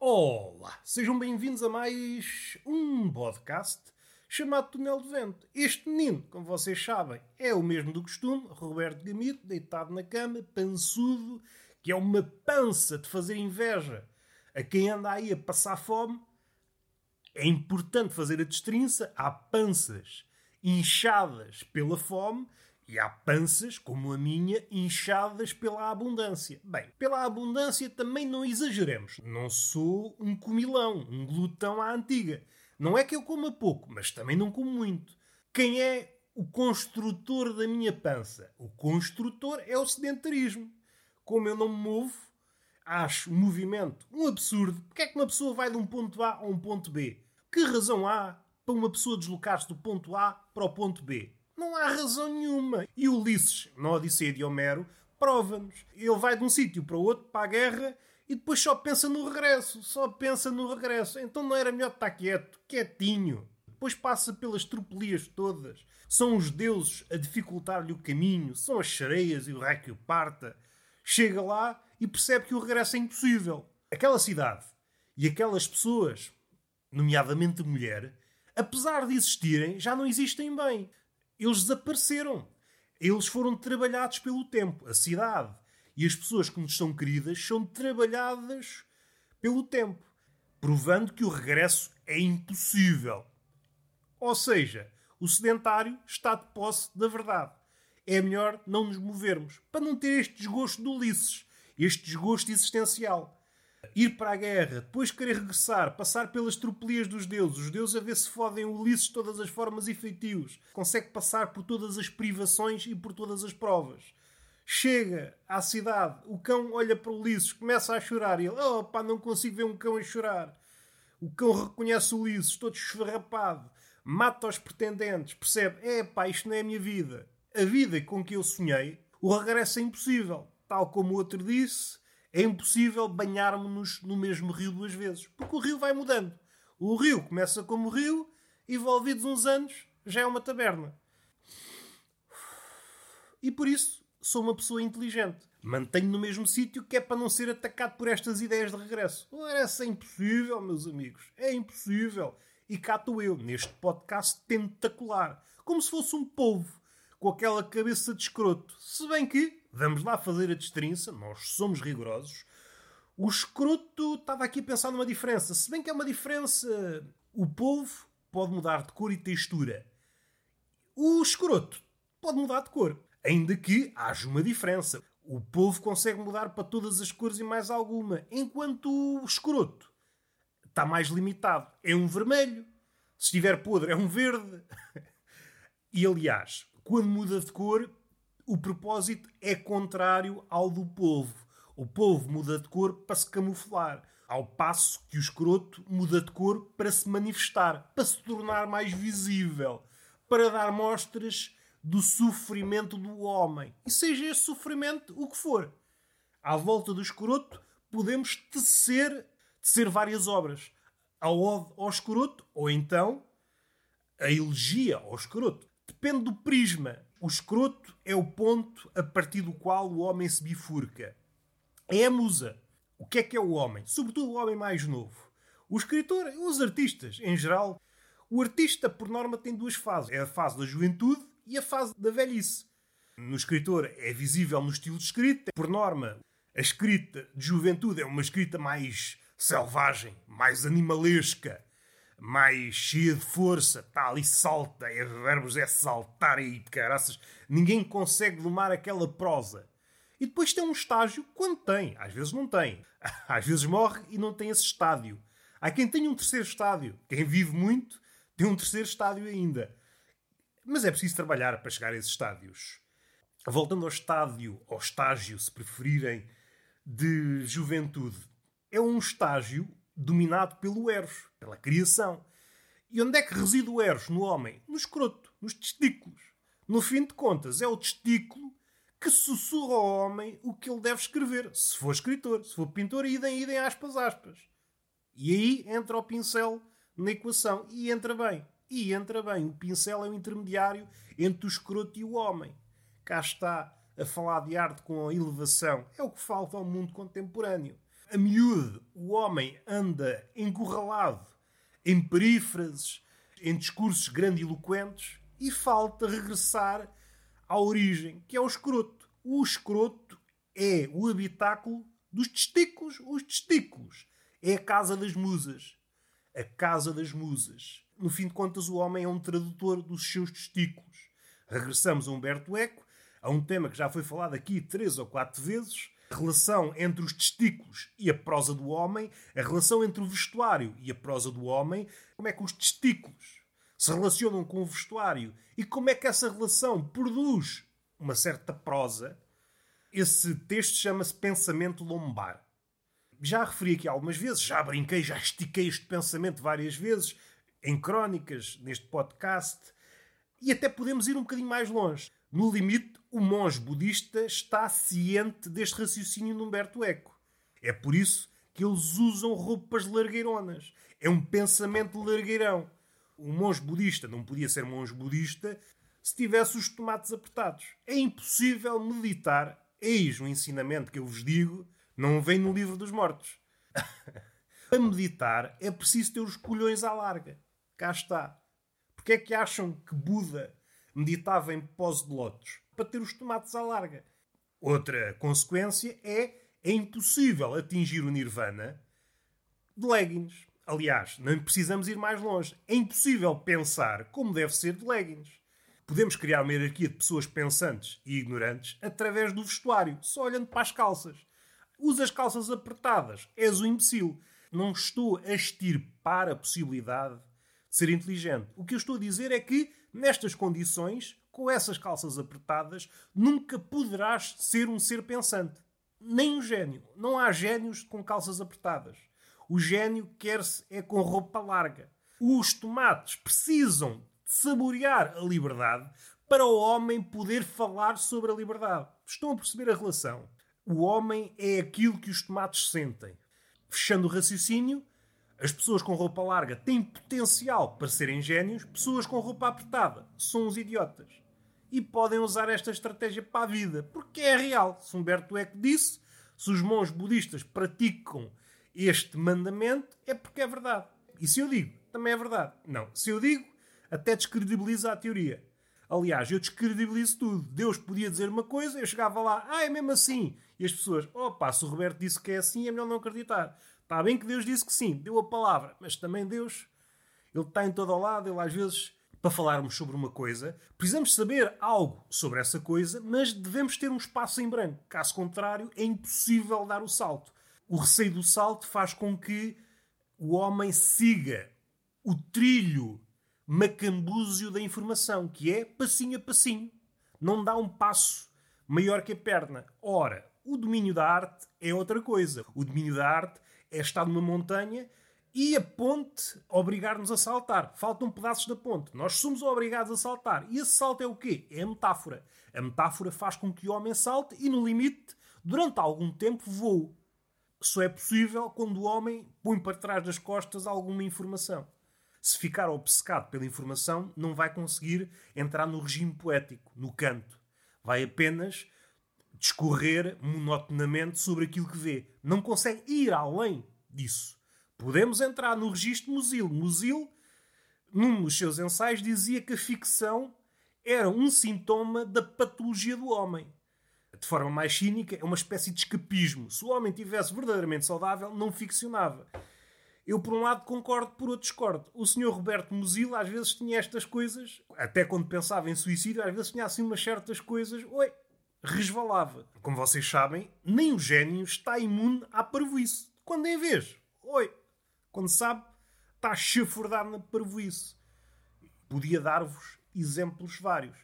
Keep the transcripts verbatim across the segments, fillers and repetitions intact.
Olá, sejam bem-vindos a mais um podcast chamado Túnel de Vento. Este menino, como vocês sabem, é o mesmo do costume, Roberto Gamito, deitado na cama, pançudo, que é uma pança de fazer inveja a quem anda aí a passar fome. É importante fazer a destrinça. Há panças inchadas pela fome e há panças, como a minha, inchadas pela abundância. Bem, pela abundância também não exageremos. Não sou um comilão, um glutão à antiga. Não é que eu coma pouco, mas também não como muito. Quem é o construtor da minha pança? O construtor é o sedentarismo. Como eu não me movo, acho o movimento um absurdo. Porque é que uma pessoa vai de um ponto A a um ponto B? Que razão há para uma pessoa deslocar-se do ponto A para o ponto B? Não há razão nenhuma. E Ulisses, na Odisseia de Homero, prova-nos. Ele vai de um sítio para o outro, para a guerra, e depois só pensa no regresso. Só pensa no regresso. Então não era melhor estar quieto, quietinho. Depois passa pelas tropelias todas. São os deuses a dificultar-lhe o caminho. São as sereias e o raio que o parta. Chega lá e percebe que o regresso é impossível. Aquela cidade e aquelas pessoas, nomeadamente mulher, apesar de existirem, já não existem bem. Eles desapareceram. Eles foram trabalhados pelo tempo. A cidade e as pessoas que nos são queridas são trabalhadas pelo tempo, provando que o regresso é impossível. Ou seja, o sedentário está de posse da verdade. É melhor não nos movermos, para não ter este desgosto de Ulisses, este desgosto existencial. Ir para a guerra, depois querer regressar, passar pelas tropelias dos deuses, os deuses a ver se fodem o Ulisses de todas as formas e feitios, consegue passar por todas as privações e por todas as provas. Chega à cidade, o cão olha para o Ulisses, começa a chorar e ele, oh pá, não consigo ver um cão a chorar. O cão reconhece o Ulisses, todo esfarrapado, mata os pretendentes, percebe, é pá, isto não é a minha vida. A vida com que eu sonhei, o regresso é impossível. Tal como o outro disse, é impossível banharmos-nos no mesmo rio duas vezes. Porque o rio vai mudando. O rio começa como rio e, envolvidos uns anos, já é uma taberna. E por isso, sou uma pessoa inteligente. Mantenho no mesmo sítio que é para não ser atacado por estas ideias de regresso. Ora, essa é impossível, meus amigos. É impossível. E cá estou eu, neste podcast tentacular. Como se fosse um polvo, com aquela cabeça de escroto. Se bem que, vamos lá fazer a destrinça, nós somos rigorosos. O escroto, estava aqui a pensar numa diferença. Se bem que é uma diferença, o polvo pode mudar de cor e textura. O escroto pode mudar de cor. Ainda que haja uma diferença. O polvo consegue mudar para todas as cores e mais alguma. Enquanto o escroto está mais limitado. É um vermelho. Se estiver podre, é um verde. E aliás, quando muda de cor, o propósito é contrário ao do polvo. O polvo muda de cor para se camuflar, ao passo que o escroto muda de cor para se manifestar, para se tornar mais visível, para dar mostras do sofrimento do homem. E seja esse sofrimento o que for. À volta do escroto podemos tecer, tecer várias obras. A ode ao escroto, ou então a elegia ao escroto. Depende do prisma. O escroto é o ponto a partir do qual o homem se bifurca. É a musa. O que é que é o homem? Sobretudo o homem mais novo. O escritor e os artistas, em geral. O artista, por norma, tem duas fases. É a fase da juventude e a fase da velhice. No escritor é visível no estilo de escrita. Por norma, a escrita de juventude é uma escrita mais selvagem, mais animalesca, mais cheia de força, está ali, salta, é verbos, é saltar aí, caraças. Ninguém consegue domar aquela prosa. E depois tem um estágio quando tem, às vezes não tem. Às vezes morre e não tem esse estádio. Há quem tenha um terceiro estádio. Quem vive muito tem um terceiro estádio ainda. Mas é preciso trabalhar para chegar a esses estádios. Voltando ao estádio, ao estágio, se preferirem, de juventude. É um estágio dominado pelo eros, pela criação. E onde é que reside o eros no homem? No escroto, nos testículos. No fim de contas, é o testículo que sussurra ao homem o que ele deve escrever. Se for escritor, se for pintor, idem, idem, aspas, aspas. E aí entra o pincel na equação. E entra bem. E entra bem. O pincel é o intermediário entre o escroto e o homem. Cá está a falar de arte com a elevação. É o que falta ao mundo contemporâneo. A miúde, o homem anda encurralado em perífrases, em discursos grandiloquentes e falta regressar à origem, que é o escroto. O escroto é o habitáculo dos testículos. Os testículos é a casa das musas. A casa das musas. No fim de contas, o homem é um tradutor dos seus testículos. Regressamos a Humberto Eco, a um tema que já foi falado aqui três ou quatro vezes, a relação entre os testículos e a prosa do homem, a relação entre o vestuário e a prosa do homem, como é que os testículos se relacionam com o vestuário e como é que essa relação produz uma certa prosa. Esse texto chama-se Pensamento Lombar. Já referi aqui algumas vezes, já brinquei, já estiquei este pensamento várias vezes, em crónicas, neste podcast, e até podemos ir um bocadinho mais longe. No limite, o monge budista está ciente deste raciocínio de Humberto Eco. É por isso que eles usam roupas largueironas. É um pensamento largueirão. O monge budista não podia ser monge budista se tivesse os tomates apertados. É impossível meditar. Eis um ensinamento que eu vos digo, não vem no livro dos mortos. Para meditar é preciso ter os colhões à larga. Cá está. Porque é que acham que Buda meditava em pose de lótus? Para ter os tomates à larga. Outra consequência é é impossível atingir o nirvana de leggings. Aliás, não precisamos ir mais longe. É impossível pensar como deve ser de leggings. Podemos criar uma hierarquia de pessoas pensantes e ignorantes através do vestuário, só olhando para as calças. Usa as calças apertadas, és um imbecil. Não estou a extirpar a possibilidade de ser inteligente. O que eu estou a dizer é que, nestas condições, com essas calças apertadas, nunca poderás ser um ser pensante. Nem um gênio. Não há génios com calças apertadas. O gênio quer-se é com roupa larga. Os tomates precisam de saborear a liberdade para o homem poder falar sobre a liberdade. Estão a perceber a relação? O homem é aquilo que os tomates sentem. Fechando o raciocínio, as pessoas com roupa larga têm potencial para serem génios, pessoas com roupa apertada são os idiotas. E podem usar esta estratégia para a vida, porque é real. Se Humberto Eco disse, se os monges budistas praticam este mandamento, é porque é verdade. E se eu digo, também é verdade. Não, se eu digo, até descredibiliza a teoria. Aliás, eu descredibilizo tudo. Deus podia dizer uma coisa, eu chegava lá, ah, é mesmo assim. E as pessoas, opa, se o Roberto disse que é assim, é melhor não acreditar. Está bem que Deus disse que sim, deu a palavra, mas também Deus, Ele está em todo o lado, Ele às vezes, para falarmos sobre uma coisa, precisamos saber algo sobre essa coisa, mas devemos ter um espaço em branco. Caso contrário, é impossível dar o salto. O receio do salto faz com que o homem siga o trilho macambúzio da informação, que é passinho a passinho. Não dá um passo maior que a perna. Ora, o domínio da arte é outra coisa. O domínio da arte é estar numa montanha e a ponte obrigar-nos a saltar. Faltam pedaços da ponte. Nós somos obrigados a saltar. E esse salto é o quê? É a metáfora. A metáfora faz com que o homem salte e, no limite, durante algum tempo, voe. Só é possível quando o homem põe para trás das costas alguma informação. Se ficar obcecado pela informação, não vai conseguir entrar no regime poético, no canto. Vai apenas discorrer monotonamente sobre aquilo que vê. Não consegue ir além disso. Podemos entrar no registro Musil. Musil, num dos seus ensaios, dizia que a ficção era um sintoma da patologia do homem. De forma mais cínica, é uma espécie de escapismo. Se o homem estivesse verdadeiramente saudável, não ficcionava. Eu, por um lado, concordo, por outro, discordo. O senhor Roberto Musil, às vezes, tinha estas coisas, até quando pensava em suicídio, às vezes tinha assim umas certas coisas, oi, resvalava. Como vocês sabem, nem o gênio está imune à parvoíce. Quando em vez, oi, quando sabe, está a chafurdar na parvoíce. Podia dar-vos exemplos vários.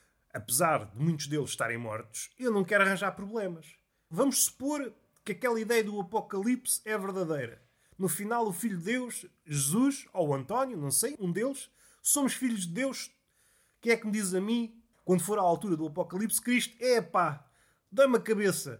Apesar de muitos deles estarem mortos, eu não quero arranjar problemas. Vamos supor que aquela ideia do apocalipse é verdadeira. No final, o Filho de Deus, Jesus, ou António, não sei, um deles, somos filhos de Deus. Quem é que me diz a mim, quando for à altura do apocalipse, Cristo, é pá, dá-me a cabeça.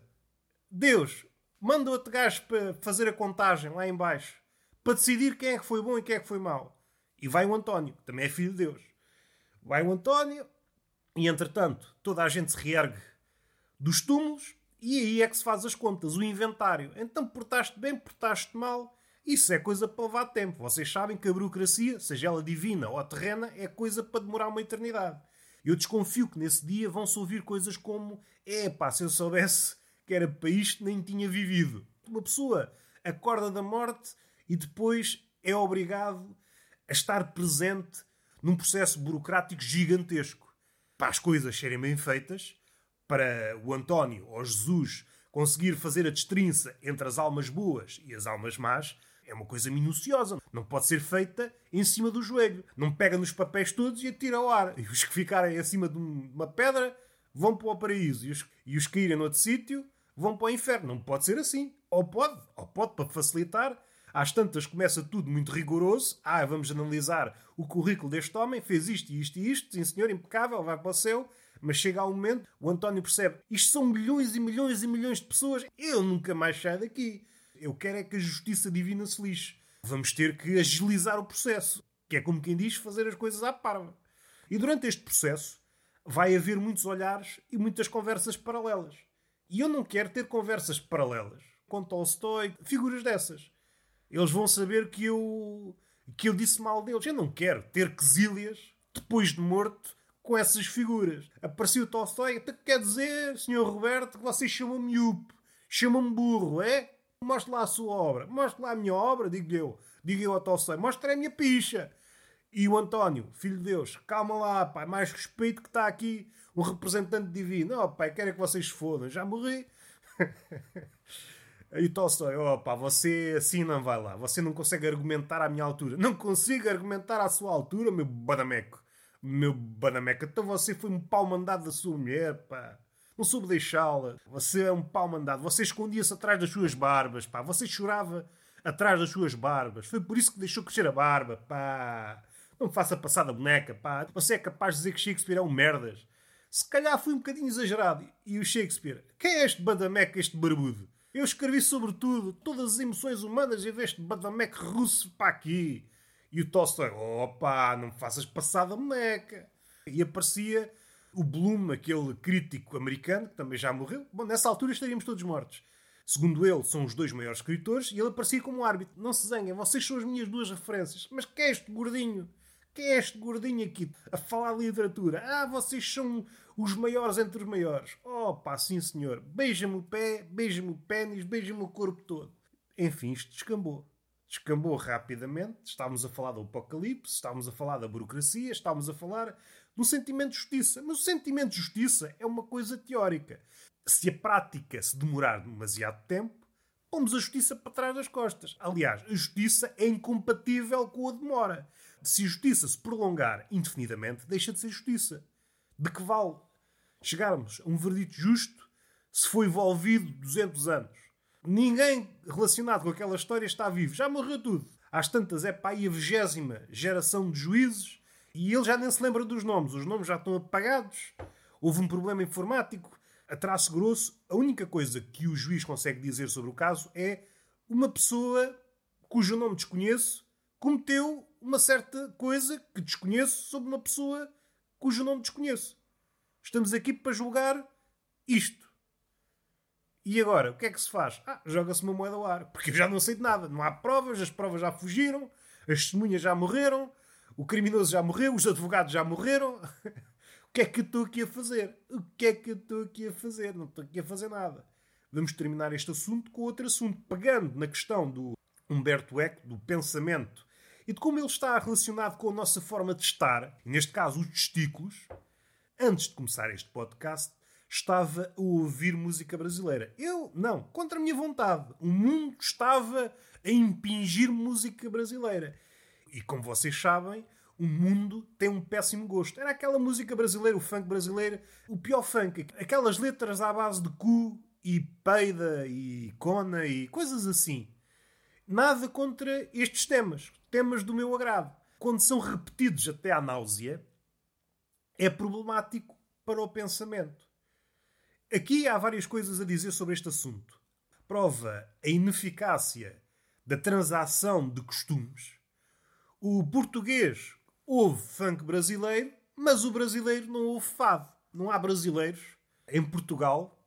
Deus, manda outro gajo para fazer a contagem lá em baixo, para decidir quem é que foi bom e quem é que foi mau. E vai o António, que também é filho de Deus. Vai o António, e entretanto, toda a gente se reergue dos túmulos, E aí é que se faz as contas, o inventário. Então portaste bem, portaste mal. Isso é coisa para levar tempo. Vocês sabem que a burocracia, seja ela divina ou terrena, é coisa para demorar uma eternidade. Eu desconfio que nesse dia vão-se ouvir coisas como: é pá, se eu soubesse que era para isto, nem tinha vivido. Uma pessoa acorda da morte e depois é obrigado a estar presente num processo burocrático gigantesco. Para as coisas serem bem feitas, para o António ou Jesus conseguir fazer a destrinça entre as almas boas e as almas más, é uma coisa minuciosa. Não pode ser feita em cima do joelho. Não pega nos papéis todos e atira ao ar. E os que ficarem acima de uma pedra vão para o paraíso. E os, e os que irem noutro sítio vão para o inferno. Não pode ser assim. Ou pode, ou pode para facilitar. Às tantas começa tudo muito rigoroso. Ah, vamos analisar o currículo deste homem. Fez isto e isto e isto. Sim senhor, impecável, vai para o céu. Mas chega ao momento, o António percebe: isto são milhões e milhões e milhões de pessoas. Eu nunca mais saio daqui. Eu quero é que a justiça divina se lixe. Vamos ter que agilizar o processo. Que é como quem diz, fazer as coisas à parva. E durante este processo vai haver muitos olhares e muitas conversas paralelas. E eu não quero ter conversas paralelas com Tolstói, figuras dessas. Eles vão saber que eu, que eu disse mal deles. Eu não quero ter quesílias, depois de morto, com essas figuras. Apareceu o Tolstói, até quer dizer, senhor Roberto, que vocês chamam-me miúpe, chamam-me burro, é? Mostre lá a sua obra. Mostre lá a minha obra, digo eu. Digo eu ao Tolstói, mostre a minha picha. E o António, filho de Deus, calma lá, pai, mais respeito que está aqui um representante divino. Oh, pai, quero é que vocês se fodam. Já morri. Aí o Tolstói, oh, pá, você assim não vai lá. Você não consegue argumentar à minha altura. Não consigo argumentar à sua altura, meu badameco. Meu badameco. Então você foi um pau mandado da sua mulher, pá. Não soube deixá-la. Você é um pau mandado. Você escondia-se atrás das suas barbas, pá. Você chorava atrás das suas barbas. Foi por isso que deixou crescer a barba, pá. Não me faça passar da boneca, pá. Você é capaz de dizer que Shakespeare é um merdas. Se calhar foi um bocadinho exagerado. E o Shakespeare? Quem é este badameco, este barbudo? Eu escrevi sobre tudo, todas as emoções humanas, e deste badameco russo para aqui. E o Tolstói, opa, não me faças passar da boneca. E aparecia o Bloom, aquele crítico americano, que também já morreu. Bom, nessa altura estaríamos todos mortos. Segundo ele, são os dois maiores escritores, e ele aparecia como árbitro. Não se zanguem, vocês são as minhas duas referências. Mas quem é este gordinho? Quem é este gordinho aqui a falar de literatura? Ah, vocês são os maiores entre os maiores. Oh pá, sim senhor. Beija-me o pé, beija-me o pênis, beija-me o corpo todo. Enfim, isto descambou. Descambou rapidamente. Estávamos a falar do apocalipse, estávamos a falar da burocracia, estávamos a falar do sentimento de justiça. Mas o sentimento de justiça é uma coisa teórica. Se a prática se demorar demasiado tempo, pomos a justiça para trás das costas. Aliás, a justiça é incompatível com a demora. Se a justiça se prolongar indefinidamente, deixa de ser justiça. De que vale chegarmos a um verdito justo se foi envolvido duzentos anos? Ninguém relacionado com aquela história está vivo. Já morreu tudo. Às tantas é para aí a vigésima geração de juízes e ele já nem se lembra dos nomes. Os nomes já estão apagados. Houve um problema informático. A traço grosso, a única coisa que o juiz consegue dizer sobre o caso é: uma pessoa cujo nome desconheço cometeu uma certa coisa que desconheço sobre uma pessoa cujo nome desconheço. Estamos aqui para julgar isto. E agora, o que é que se faz? Ah, joga-se uma moeda ao ar. Porque eu já não sei de nada. Não há provas, as provas já fugiram, as testemunhas já morreram, o criminoso já morreu, os advogados já morreram. O que é que eu estou aqui a fazer? O que é que eu estou aqui a fazer? Não estou aqui a fazer nada. Vamos terminar este assunto com outro assunto. Pegando na questão do Humberto Eco, do pensamento, e de como ele está relacionado com a nossa forma de estar, neste caso os testículos. Antes de começar este podcast, estava a ouvir música brasileira. Eu, não, contra a minha vontade. O mundo estava a impingir música brasileira. E como vocês sabem, o mundo tem um péssimo gosto. Era aquela música brasileira, o funk brasileiro, o pior funk. Aquelas letras à base de cu e peida e cona e coisas assim. Nada contra estes temas. Temas do meu agrado. Quando são repetidos até à náusea, é problemático para o pensamento. Aqui há várias coisas a dizer sobre este assunto. Prova a ineficácia da transação de costumes. O português ouve funk brasileiro, mas o brasileiro não ouve fado. Não há brasileiros em Portugal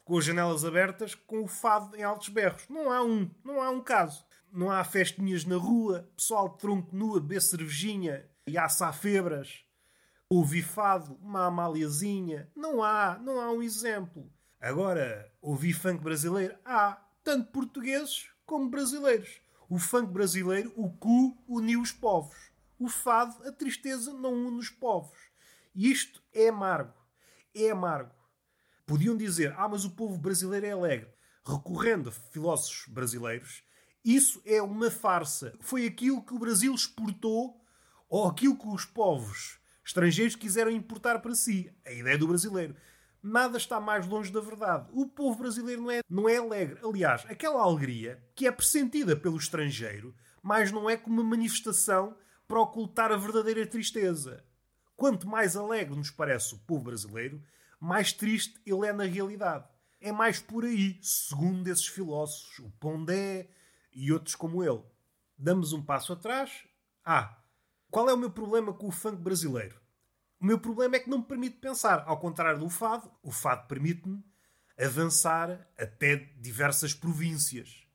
com as janelas abertas, com o fado em altos berros. Não há um, não há um caso. Não há festinhas na rua, pessoal de tronco nu a beber cervejinha e a assar febras. Ouvir fado, uma amáliazinha. Não há, não há um exemplo. Agora, ouvir funk brasileiro? Há, tanto portugueses como brasileiros. O funk brasileiro, o cu, uniu os povos. O fado, a tristeza, não une os povos. E isto é amargo. É amargo. Podiam dizer, ah, mas o povo brasileiro é alegre. Recorrendo a filósofos brasileiros, isso é uma farsa. Foi aquilo que o Brasil exportou ou aquilo que os povos estrangeiros quiseram importar para si. A ideia do brasileiro. Nada está mais longe da verdade. O povo brasileiro não é, não é alegre. Aliás, aquela alegria que é pressentida pelo estrangeiro, mas não é como uma manifestação para ocultar a verdadeira tristeza. Quanto mais alegre nos parece o povo brasileiro, mais triste ele é na realidade. É mais por aí, segundo esses filósofos, o Pondé e outros como ele. Damos um passo atrás. Ah, qual é o meu problema com o funk brasileiro? O meu problema é que não me permite pensar. Ao contrário do fado, o fado permite-me avançar até diversas províncias.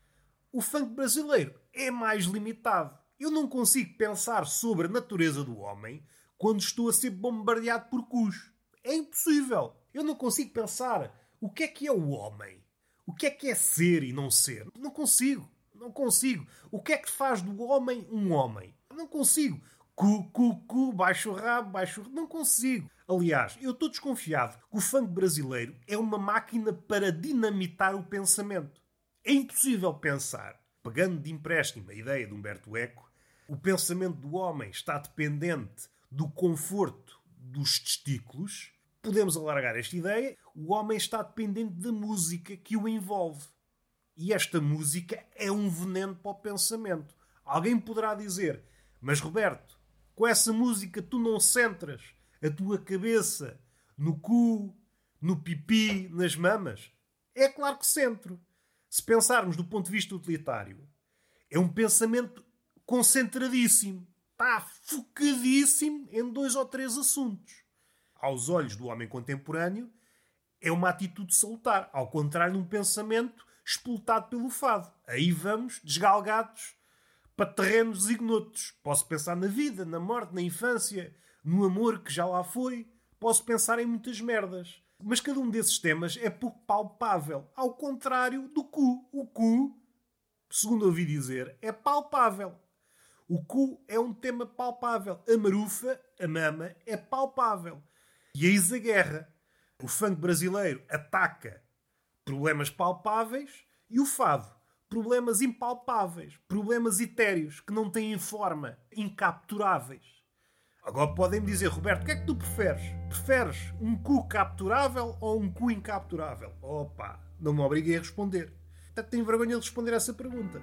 O funk brasileiro é mais limitado. Eu não consigo pensar sobre a natureza do homem quando estou a ser bombardeado por cus. É impossível. Eu não consigo pensar o que é que é o homem. O que é que é ser e não ser. Não consigo. Não consigo. O que é que faz do homem um homem? Não consigo. Cu, cu, cu, baixo o rabo, baixo o... Não consigo. Aliás, eu estou desconfiado que o funk brasileiro é uma máquina para dinamitar o pensamento. É impossível pensar, pegando de empréstimo a ideia de Humberto Eco, o pensamento do homem está dependente do conforto dos testículos. Podemos alargar esta ideia. O homem está dependente da música que o envolve. E esta música é um veneno para o pensamento. Alguém poderá dizer, mas Roberto, com essa música tu não centras a tua cabeça no cu, no pipi, nas mamas? É claro que centro. Se pensarmos do ponto de vista utilitário, é um pensamento concentradíssimo. Está focadíssimo em dois ou três assuntos. Aos olhos do homem contemporâneo, é uma atitude salutar. Ao contrário de um pensamento expultado pelo fado. Aí vamos, desgalgados, para terrenos ignotos. Posso pensar na vida, na morte, na infância, no amor que já lá foi. Posso pensar em muitas merdas. Mas cada um desses temas é pouco palpável. Ao contrário do cu. O cu, segundo ouvi dizer, é palpável. O cu é um tema palpável. A marufa, a mama, é palpável. E eis a guerra. O funk brasileiro ataca problemas palpáveis e o fado problemas impalpáveis, problemas etéreos que não têm forma, incapturáveis. Agora podem-me dizer, Roberto, o que é que tu preferes? Preferes um cu capturável ou um cu incapturável? Opa, não me obriguei a responder. Até tenho vergonha de responder essa pergunta.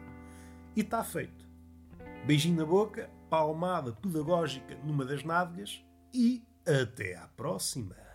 E está feito. Beijinho na boca, palmada pedagógica numa das nádegas e até à próxima.